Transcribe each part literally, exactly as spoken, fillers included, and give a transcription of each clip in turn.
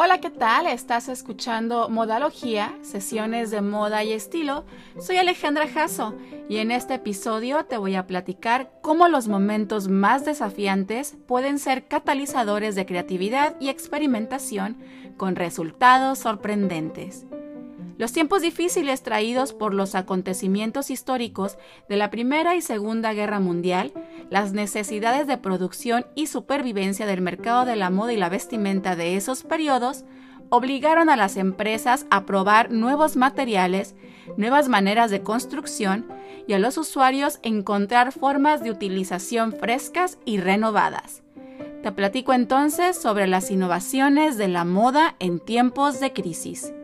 Hola, ¿qué tal? Estás escuchando Modalogía, sesiones de moda y estilo. Soy Alejandra Jasso y en este episodio te voy a platicar cómo los momentos más desafiantes pueden ser catalizadores de creatividad y experimentación con resultados sorprendentes. Los tiempos difíciles traídos por los acontecimientos históricos de la Primera y Segunda Guerra Mundial, las necesidades de producción y supervivencia del mercado de la moda y la vestimenta de esos periodos, obligaron a las empresas a probar nuevos materiales, nuevas maneras de construcción y a los usuarios encontrar formas de utilización frescas y renovadas. Te platico entonces sobre las innovaciones de la moda en tiempos de crisis.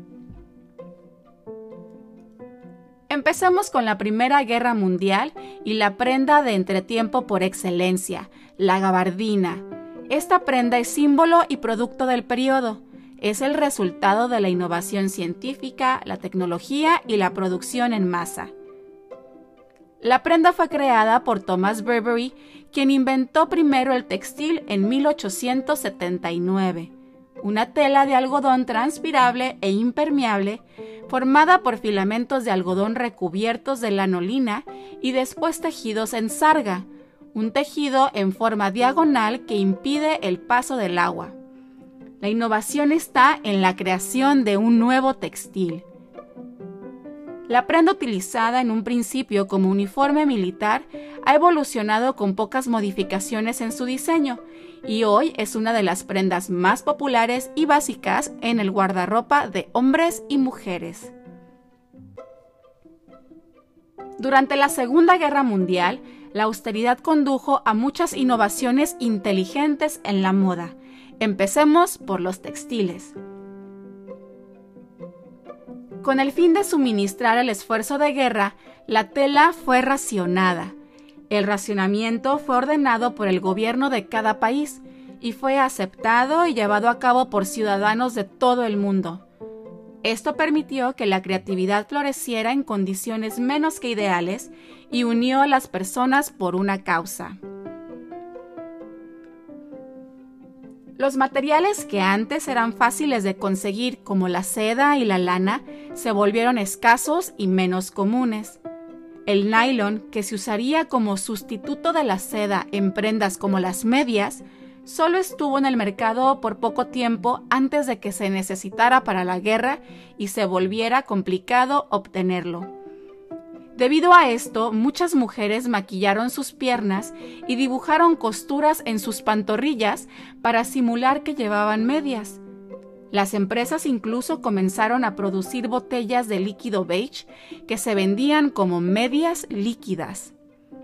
Empezamos con la Primera Guerra Mundial y la prenda de entretiempo por excelencia, la gabardina. Esta prenda es símbolo y producto del periodo. Es el resultado de la innovación científica, la tecnología y la producción en masa. La prenda fue creada por Thomas Burberry, quien inventó primero el textil en mil ochocientos setenta y nueve. Una tela de algodón transpirable e impermeable, formada por filamentos de algodón recubiertos de lanolina y después tejidos en sarga, un tejido en forma diagonal que impide el paso del agua. La innovación está en la creación de un nuevo textil. La prenda utilizada en un principio como uniforme militar ha evolucionado con pocas modificaciones en su diseño y hoy es una de las prendas más populares y básicas en el guardarropa de hombres y mujeres. Durante la Segunda Guerra Mundial, la austeridad condujo a muchas innovaciones inteligentes en la moda. Empecemos por los textiles. Con el fin de suministrar el esfuerzo de guerra, la tela fue racionada. El racionamiento fue ordenado por el gobierno de cada país y fue aceptado y llevado a cabo por ciudadanos de todo el mundo. Esto permitió que la creatividad floreciera en condiciones menos que ideales y unió a las personas por una causa. Los materiales que antes eran fáciles de conseguir, como la seda y la lana, se volvieron escasos y menos comunes. El nylon, que se usaría como sustituto de la seda en prendas como las medias, solo estuvo en el mercado por poco tiempo antes de que se necesitara para la guerra y se volviera complicado obtenerlo. Debido a esto, muchas mujeres maquillaron sus piernas y dibujaron costuras en sus pantorrillas para simular que llevaban medias. Las empresas incluso comenzaron a producir botellas de líquido beige que se vendían como medias líquidas.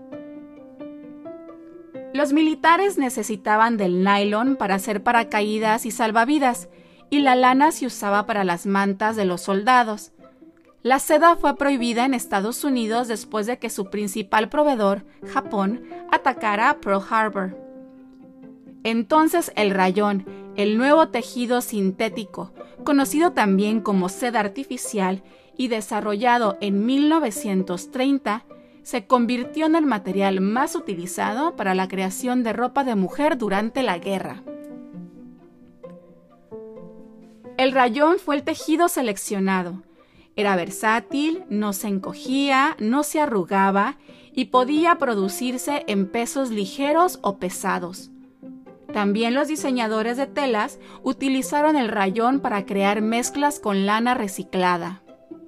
Los militares necesitaban del nylon para hacer paracaídas y salvavidas, y la lana se usaba para las mantas de los soldados. La seda fue prohibida en Estados Unidos después de que su principal proveedor, Japón, atacara a Pearl Harbor. Entonces el rayón, el nuevo tejido sintético, conocido también como seda artificial y desarrollado en mil novecientos treinta, se convirtió en el material más utilizado para la creación de ropa de mujer durante la guerra. El rayón fue el tejido seleccionado. Era versátil, no se encogía, no se arrugaba y podía producirse en pesos ligeros o pesados. También los diseñadores de telas utilizaron el rayón para crear mezclas con lana reciclada.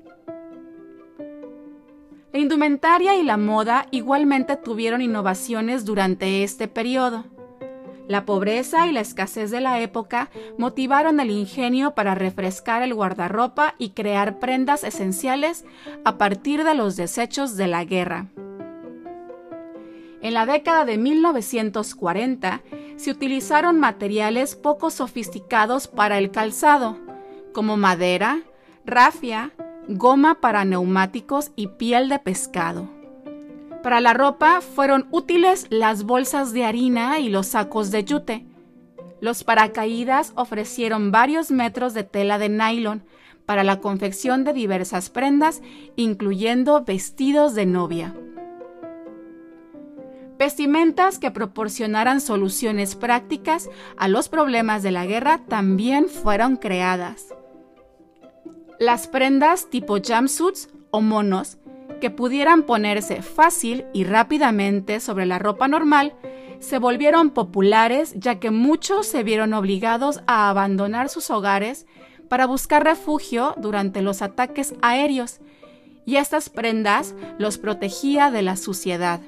La indumentaria y la moda igualmente tuvieron innovaciones durante este periodo. La pobreza y la escasez de la época motivaron el ingenio para refrescar el guardarropa y crear prendas esenciales a partir de los desechos de la guerra. En la década de mil novecientos cuarenta se utilizaron materiales poco sofisticados para el calzado, como madera, rafia, goma para neumáticos y piel de pescado. Para la ropa fueron útiles las bolsas de harina y los sacos de yute. Los paracaídas ofrecieron varios metros de tela de nylon para la confección de diversas prendas, incluyendo vestidos de novia. Vestimentas que proporcionaran soluciones prácticas a los problemas de la guerra también fueron creadas. Las prendas tipo jumpsuits o monos, que pudieran ponerse fácil y rápidamente sobre la ropa normal, se volvieron populares ya que muchos se vieron obligados a abandonar sus hogares para buscar refugio durante los ataques aéreos, y estas prendas los protegía de la suciedad.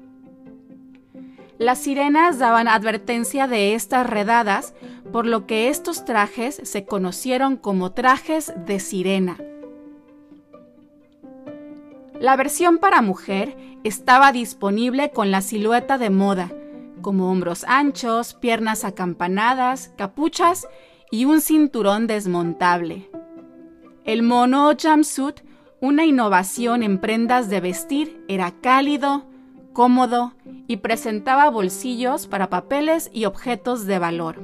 Las sirenas daban advertencia de estas redadas, por lo que estos trajes se conocieron como trajes de sirena. La versión para mujer estaba disponible con la silueta de moda, como hombros anchos, piernas acampanadas, capuchas y un cinturón desmontable. El mono jumpsuit, una innovación en prendas de vestir, era cálido, cómodo y presentaba bolsillos para papeles y objetos de valor.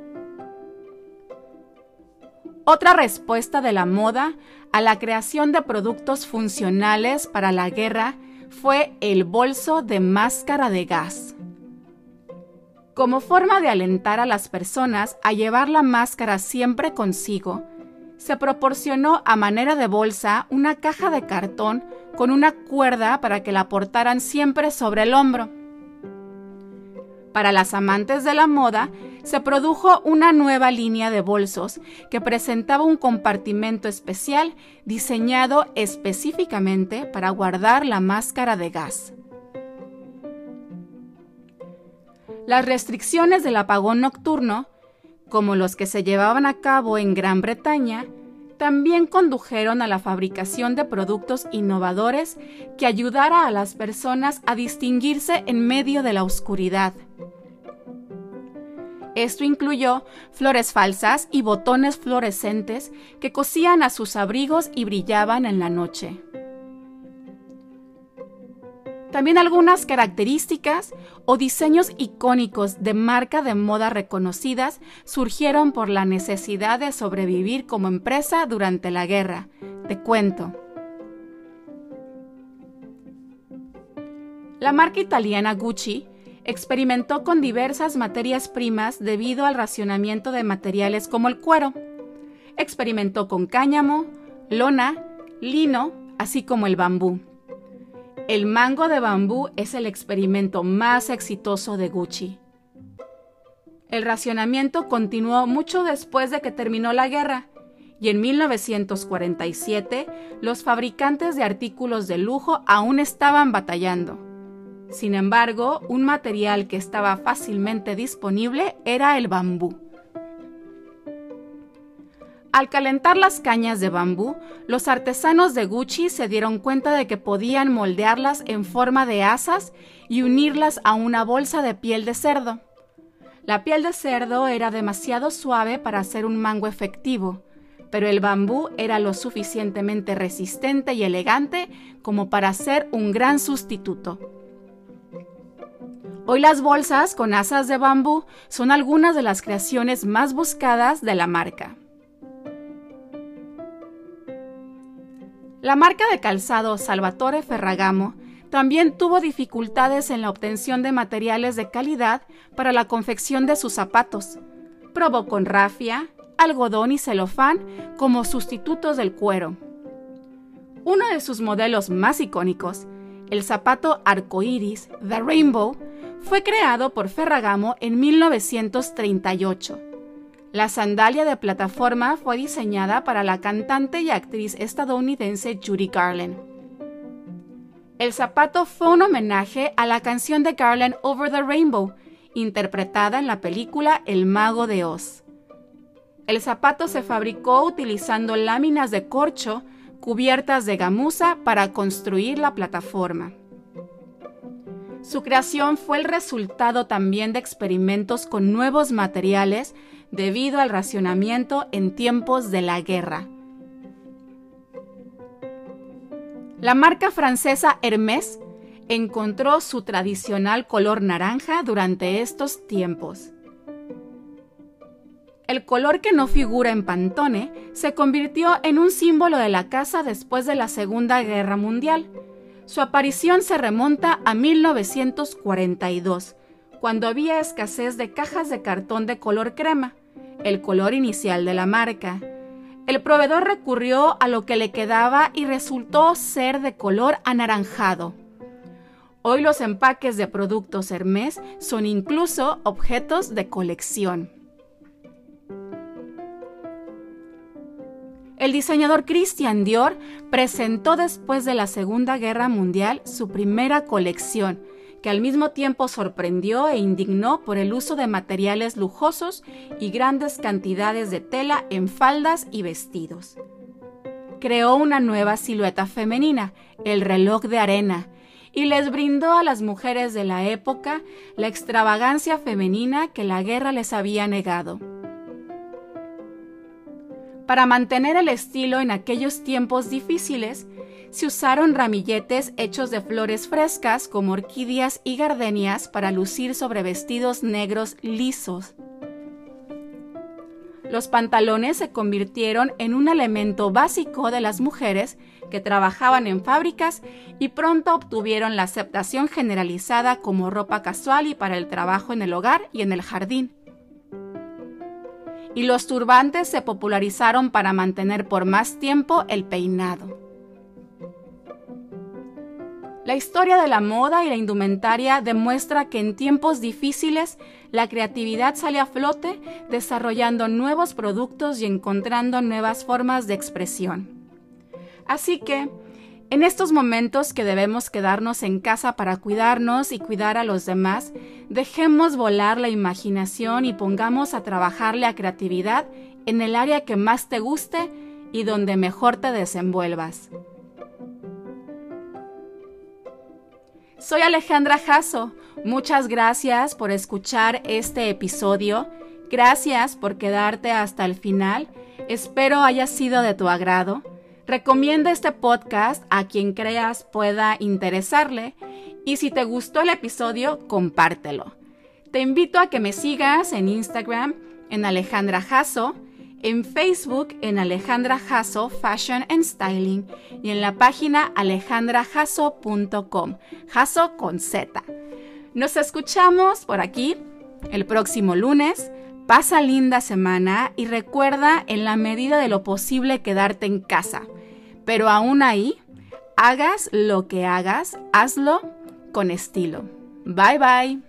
Otra respuesta de la moda a la creación de productos funcionales para la guerra fue el bolso de máscara de gas. Como forma de alentar a las personas a llevar la máscara siempre consigo, se proporcionó a manera de bolsa una caja de cartón con una cuerda para que la portaran siempre sobre el hombro. Para las amantes de la moda, se produjo una nueva línea de bolsos que presentaba un compartimento especial diseñado específicamente para guardar la máscara de gas. Las restricciones del apagón nocturno, como los que se llevaban a cabo en Gran Bretaña, también condujeron a la fabricación de productos innovadores que ayudara a las personas a distinguirse en medio de la oscuridad. Esto incluyó flores falsas y botones fluorescentes que cosían a sus abrigos y brillaban en la noche. También algunas características o diseños icónicos de marca de moda reconocidas surgieron por la necesidad de sobrevivir como empresa durante la guerra. Te cuento. La marca italiana Gucci experimentó con diversas materias primas debido al racionamiento de materiales como el cuero. Experimentó con cáñamo, lona, lino, así como el bambú. El mango de bambú es el experimento más exitoso de Gucci. El racionamiento continuó mucho después de que terminó la guerra, y en mil novecientos cuarenta y siete los fabricantes de artículos de lujo aún estaban batallando. Sin embargo, un material que estaba fácilmente disponible era el bambú. Al calentar las cañas de bambú, los artesanos de Gucci se dieron cuenta de que podían moldearlas en forma de asas y unirlas a una bolsa de piel de cerdo. La piel de cerdo era demasiado suave para hacer un mango efectivo, pero el bambú era lo suficientemente resistente y elegante como para ser un gran sustituto. Hoy las bolsas con asas de bambú son algunas de las creaciones más buscadas de la marca. La marca de calzado Salvatore Ferragamo también tuvo dificultades en la obtención de materiales de calidad para la confección de sus zapatos. Probó con rafia, algodón y celofán como sustitutos del cuero. Uno de sus modelos más icónicos, el zapato arcoíris The Rainbow, fue creado por Ferragamo en mil novecientos treinta y ocho. La sandalia de plataforma fue diseñada para la cantante y actriz estadounidense Judy Garland. El zapato fue un homenaje a la canción de Garland Over the Rainbow, interpretada en la película El Mago de Oz. El zapato se fabricó utilizando láminas de corcho cubiertas de gamuza para construir la plataforma. Su creación fue el resultado también de experimentos con nuevos materiales debido al racionamiento en tiempos de la guerra. La marca francesa Hermès encontró su tradicional color naranja durante estos tiempos. El color que no figura en Pantone se convirtió en un símbolo de la casa después de la Segunda Guerra Mundial. Su aparición se remonta a mil novecientos cuarenta y dos, cuando había escasez de cajas de cartón de color crema, el color inicial de la marca. El proveedor recurrió a lo que le quedaba y resultó ser de color anaranjado. Hoy los empaques de productos Hermès son incluso objetos de colección. El diseñador Christian Dior presentó después de la Segunda Guerra Mundial su primera colección, que al mismo tiempo sorprendió e indignó por el uso de materiales lujosos y grandes cantidades de tela en faldas y vestidos. Creó una nueva silueta femenina, el reloj de arena, y les brindó a las mujeres de la época la extravagancia femenina que la guerra les había negado. Para mantener el estilo en aquellos tiempos difíciles, se usaron ramilletes hechos de flores frescas como orquídeas y gardenias para lucir sobre vestidos negros lisos. Los pantalones se convirtieron en un elemento básico de las mujeres que trabajaban en fábricas y pronto obtuvieron la aceptación generalizada como ropa casual y para el trabajo en el hogar y en el jardín. Y los turbantes se popularizaron para mantener por más tiempo el peinado. La historia de la moda y la indumentaria demuestra que en tiempos difíciles la creatividad sale a flote desarrollando nuevos productos y encontrando nuevas formas de expresión. Así que, en estos momentos que debemos quedarnos en casa para cuidarnos y cuidar a los demás, dejemos volar la imaginación y pongamos a trabajar la creatividad en el área que más te guste y donde mejor te desenvuelvas. Soy Alejandra Jasso. Muchas gracias por escuchar este episodio. Gracias por quedarte hasta el final. Espero haya sido de tu agrado. Recomienda este podcast a quien creas pueda interesarle y si te gustó el episodio, compártelo. Te invito a que me sigas en Instagram en Alejandra Jasso, en Facebook en Alejandra Jasso Fashion and Styling y en la página alejandra jasso punto com, Jasso con Z. Nos escuchamos por aquí el próximo lunes. Pasa linda semana y recuerda en la medida de lo posible quedarte en casa. Pero aún ahí, hagas lo que hagas, hazlo con estilo. Bye bye.